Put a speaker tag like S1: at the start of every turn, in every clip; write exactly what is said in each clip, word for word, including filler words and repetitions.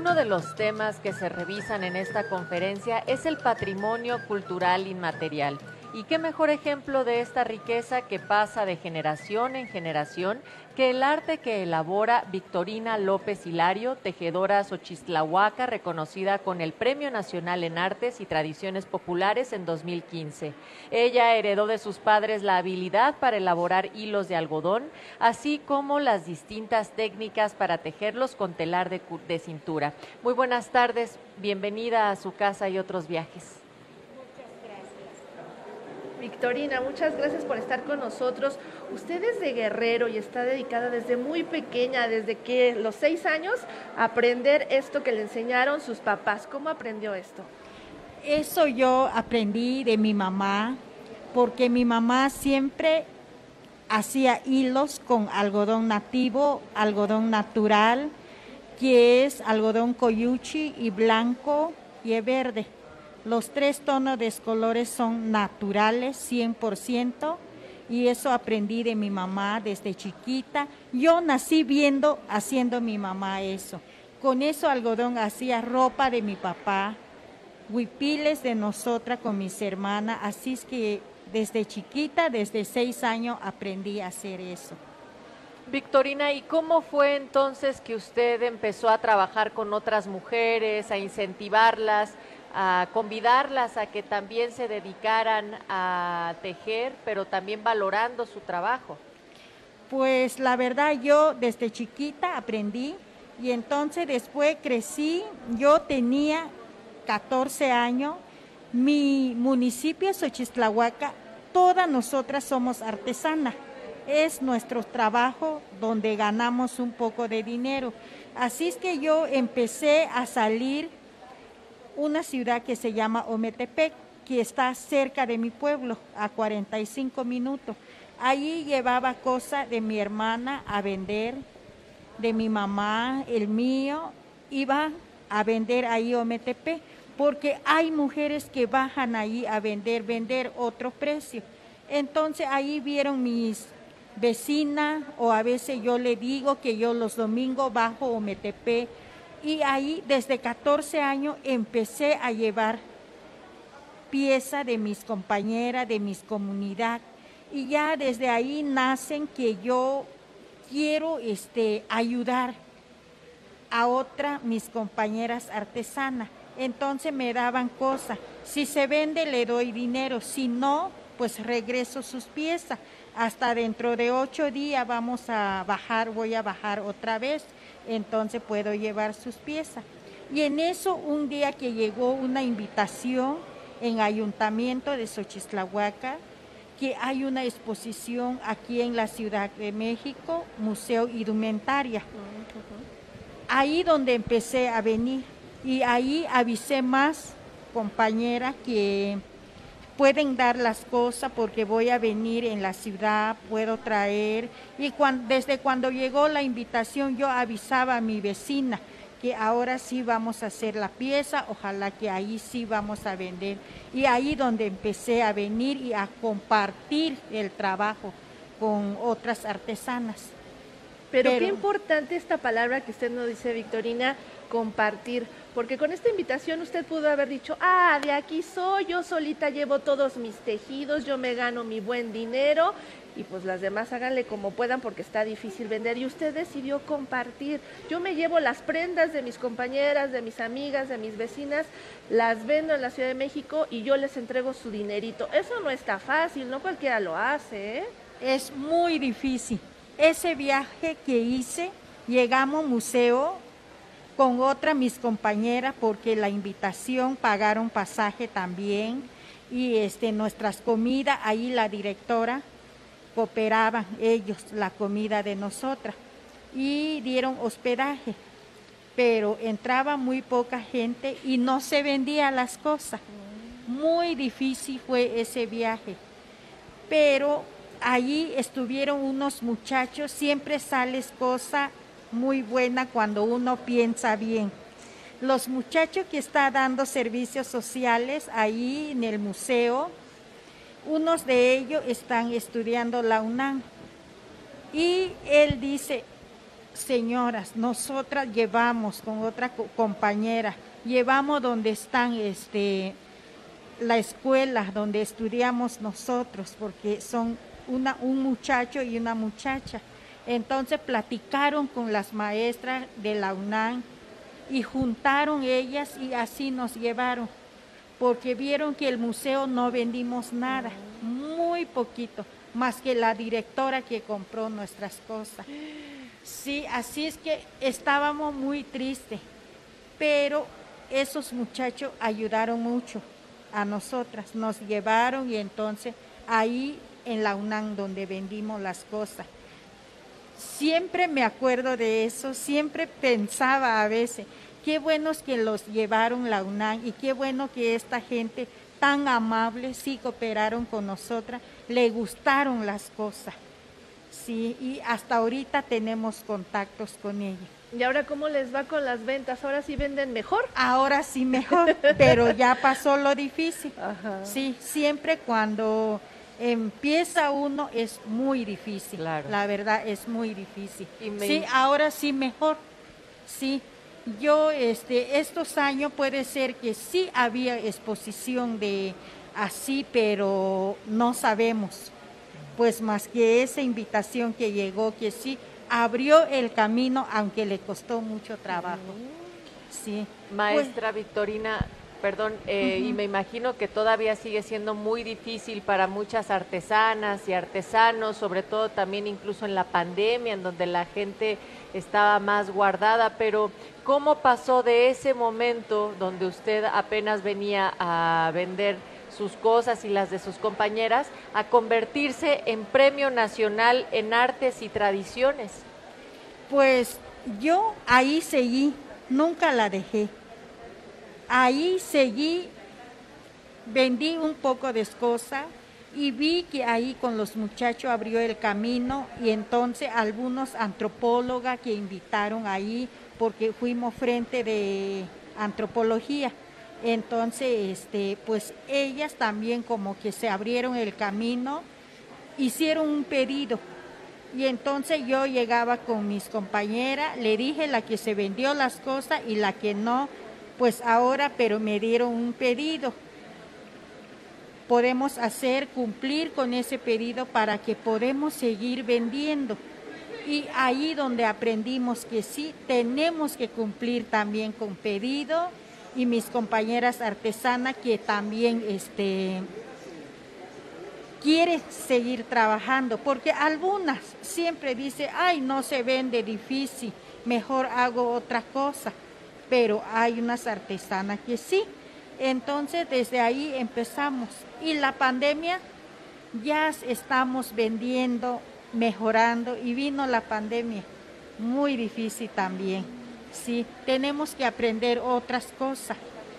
S1: Uno de los temas que se revisan en esta conferencia es el patrimonio cultural inmaterial. Y qué mejor ejemplo de esta riqueza que pasa de generación en generación que el arte que elabora Victorina López Hilario, tejedora xochistlahuaca, reconocida con el Premio Nacional en Artes y Tradiciones Populares en dos mil quince. Ella heredó de sus padres la habilidad para elaborar hilos de algodón, así como las distintas técnicas para tejerlos con telar de, de cintura. Muy buenas tardes, bienvenida a su casa y otros viajes.
S2: Victorina, muchas gracias por estar con nosotros. Usted es de Guerrero y está dedicada desde muy pequeña, desde que los seis años, a aprender esto que le enseñaron sus papás. ¿Cómo aprendió esto?
S3: Eso yo aprendí de mi mamá, porque mi mamá siempre hacía hilos con algodón nativo, algodón natural, que es algodón coyuchi y blanco y verde. Los tres tonos de colores son naturales, cien por ciento, y eso aprendí de mi mamá desde chiquita. Yo nací viendo, haciendo mi mamá eso. Con eso algodón hacía ropa de mi papá, huipiles de nosotras con mis hermanas, así es que desde chiquita, desde seis años, aprendí a hacer eso.
S1: Victorina, ¿y cómo fue entonces que usted empezó a trabajar con otras mujeres, a incentivarlas, a convidarlas a que también se dedicaran a tejer, pero también valorando su trabajo?
S3: Pues la verdad yo desde chiquita aprendí y entonces después crecí, yo tenía catorce años, mi municipio Xochistlahuaca, todas nosotras somos artesanas, es nuestro trabajo donde ganamos un poco de dinero, así es que yo empecé a salir una ciudad que se llama Ometepec, que está cerca de mi pueblo, a cuarenta y cinco minutos. Allí llevaba cosas de mi hermana a vender, de mi mamá, el mío, iba a vender ahí Ometepec, porque hay mujeres que bajan ahí a vender, vender otro precio. Entonces ahí vieron mis vecinas, o a veces yo le digo que yo los domingos bajo Ometepec, y ahí desde catorce años empecé a llevar piezas de mis compañeras, de mis comunidades, y ya desde ahí nacen que yo quiero este, ayudar a otras mis compañeras artesanas. Entonces me daban cosas, si se vende le doy dinero, si no, pues regreso sus piezas. Hasta dentro de ocho días vamos a bajar, voy a bajar otra vez, entonces puedo llevar sus piezas. Y en eso un día que llegó una invitación en Ayuntamiento de Xochistlahuaca, que hay una exposición aquí en la Ciudad de México, Museo Indumentaria. Ahí donde empecé a venir y ahí avisé más compañeras que pueden dar las cosas porque voy a venir en la ciudad, puedo traer. Y cuando, desde cuando llegó la invitación yo avisaba a mi vecina que ahora sí vamos a hacer la pieza, ojalá que ahí sí vamos a vender. Y ahí donde empecé a venir y a compartir el trabajo con otras artesanas.
S2: Pero, Pero qué importante esta palabra que usted nos dice, Victorina, compartir, porque con esta invitación usted pudo haber dicho, ah, de aquí soy, yo solita llevo todos mis tejidos, yo me gano mi buen dinero, y pues las demás háganle como puedan porque está difícil vender, y usted decidió compartir. Yo me llevo las prendas de mis compañeras, de mis amigas, de mis vecinas, las vendo en la Ciudad de México y yo les entrego su dinerito. Eso no está fácil, no cualquiera lo hace, ¿eh?
S3: Es muy difícil. Ese viaje que hice, llegamos al museo con otras mis compañeras porque la invitación pagaron pasaje también y este, nuestras comidas, ahí la directora cooperaban ellos la comida de nosotras y dieron hospedaje, pero entraba muy poca gente y no se vendían las cosas. Muy difícil fue ese viaje, pero allí estuvieron unos muchachos, siempre sales cosas muy buenas cuando uno piensa bien. Los muchachos que están dando servicios sociales ahí en el museo, unos de ellos están estudiando la UNAM y él dice, señoras, nosotras llevamos con otra co compañera, llevamos donde están este, la escuela donde estudiamos nosotros, porque son una, un muchacho y una muchacha. Entonces platicaron con las maestras de la UNAM y juntaron ellas y así nos llevaron, porque vieron que el museo no vendimos nada, muy poquito, más que la directora que compró nuestras cosas. Sí, así es que estábamos muy tristes, pero esos muchachos ayudaron mucho a nosotras, nos llevaron y entonces ahí en la UNAM donde vendimos las cosas. Siempre me acuerdo de eso, siempre pensaba a veces, qué buenos que los llevaron la UNAM y qué bueno que esta gente tan amable sí cooperaron con nosotras, le gustaron las cosas, sí, y hasta ahorita tenemos contactos con ellos.
S2: ¿Y ahora cómo les va con las ventas? ¿Ahora sí venden mejor?
S3: Ahora sí mejor, pero ya pasó lo difícil.
S2: Ajá.
S3: Sí, siempre cuando empieza uno es muy difícil,
S1: claro.
S3: La verdad es muy difícil.
S1: Me...
S3: Sí, ahora sí mejor, sí. Yo este, estos años puede ser que sí había exposición de así, pero no sabemos, pues más que esa invitación que llegó, que sí abrió el camino, aunque le costó mucho trabajo. Sí.
S1: Maestra pues, Victorina, perdón, eh, uh-huh. y me imagino que todavía sigue siendo muy difícil para muchas artesanas y artesanos, sobre todo también incluso en la pandemia, en donde la gente estaba más guardada, pero ¿cómo pasó de ese momento donde usted apenas venía a vender sus cosas y las de sus compañeras a convertirse en Premio Nacional en Artes y Tradiciones?
S3: Pues yo ahí seguí, nunca la dejé. Ahí seguí, vendí un poco de cosas y vi que ahí con los muchachos abrió el camino y entonces algunos antropólogas que invitaron ahí porque fuimos frente de antropología. Entonces, este, pues ellas también como que se abrieron el camino, hicieron un pedido y entonces yo llegaba con mis compañeras, le dije la que se vendió las cosas y la que no, pues ahora, pero me dieron un pedido. Podemos hacer, cumplir con ese pedido para que podamos seguir vendiendo. Y ahí donde aprendimos que sí, tenemos que cumplir también con pedido. Y mis compañeras artesanas que también este, quieren seguir trabajando, porque algunas siempre dicen, ay, no se vende, difícil, mejor hago otra cosa, pero hay unas artesanas que sí. Entonces desde ahí empezamos y la pandemia ya estamos vendiendo, mejorando y vino la pandemia, muy difícil también. Sí, tenemos que aprender otras cosas.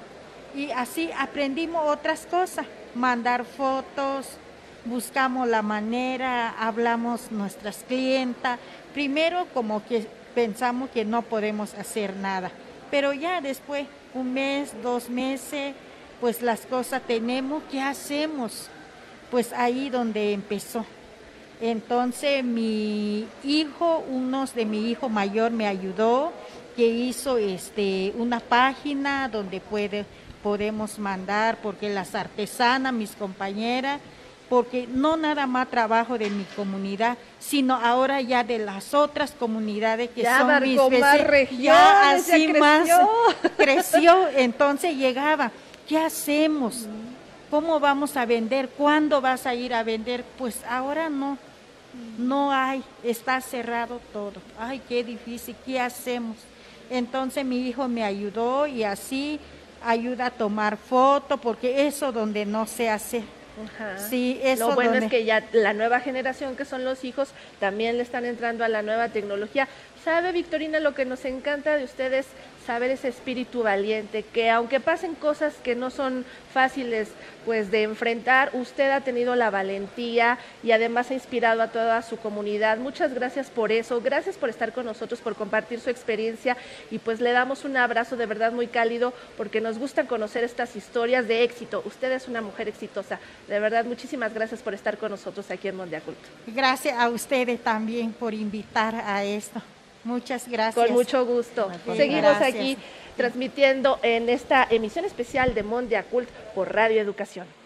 S3: Y así aprendimos otras cosas, mandar fotos, buscamos la manera, hablamos nuestras clientas. Primero como que pensamos que no podemos hacer nada, pero ya después, un mes, dos meses, pues las cosas tenemos, ¿qué hacemos? Pues ahí donde empezó. Entonces mi hijo, uno de mi hijo mayor me ayudó, que hizo este, una página donde puede, podemos mandar, porque las artesanas, mis compañeras, porque no nada más trabajo de mi comunidad, sino ahora ya de las otras comunidades que
S2: ya
S3: son mis
S2: vecinos, más regiones,
S3: ya así
S2: ya creció.
S3: más creció, entonces llegaba, ¿qué hacemos? ¿Cómo vamos a vender? ¿Cuándo vas a ir a vender? Pues ahora no, no hay, está cerrado todo. Ay, qué difícil, ¿qué hacemos? Entonces mi hijo me ayudó y así ayuda a tomar fotos, porque eso donde no se hace.
S2: Ajá.
S3: Sí, eso
S2: Lo bueno
S3: donde...
S2: es que ya la nueva generación, que son los hijos, también le están entrando a la nueva tecnología. ¿Sabe, Victorina, lo que nos encanta de ustedes? Saber ese espíritu valiente, que aunque pasen cosas que no son fáciles pues de enfrentar, usted ha tenido la valentía y además ha inspirado a toda su comunidad. Muchas gracias por eso, gracias por estar con nosotros, por compartir su experiencia y pues le damos un abrazo de verdad muy cálido porque nos gusta conocer estas historias de éxito. Usted es una mujer exitosa, de verdad muchísimas gracias por estar con nosotros aquí en Mondiaculto.
S3: Gracias a ustedes también por invitar a esto. Muchas gracias.
S2: Con mucho gusto.
S3: Sí,
S2: Seguimos
S3: gracias.
S2: aquí transmitiendo en esta emisión especial de Mondiacult por Radio Educación.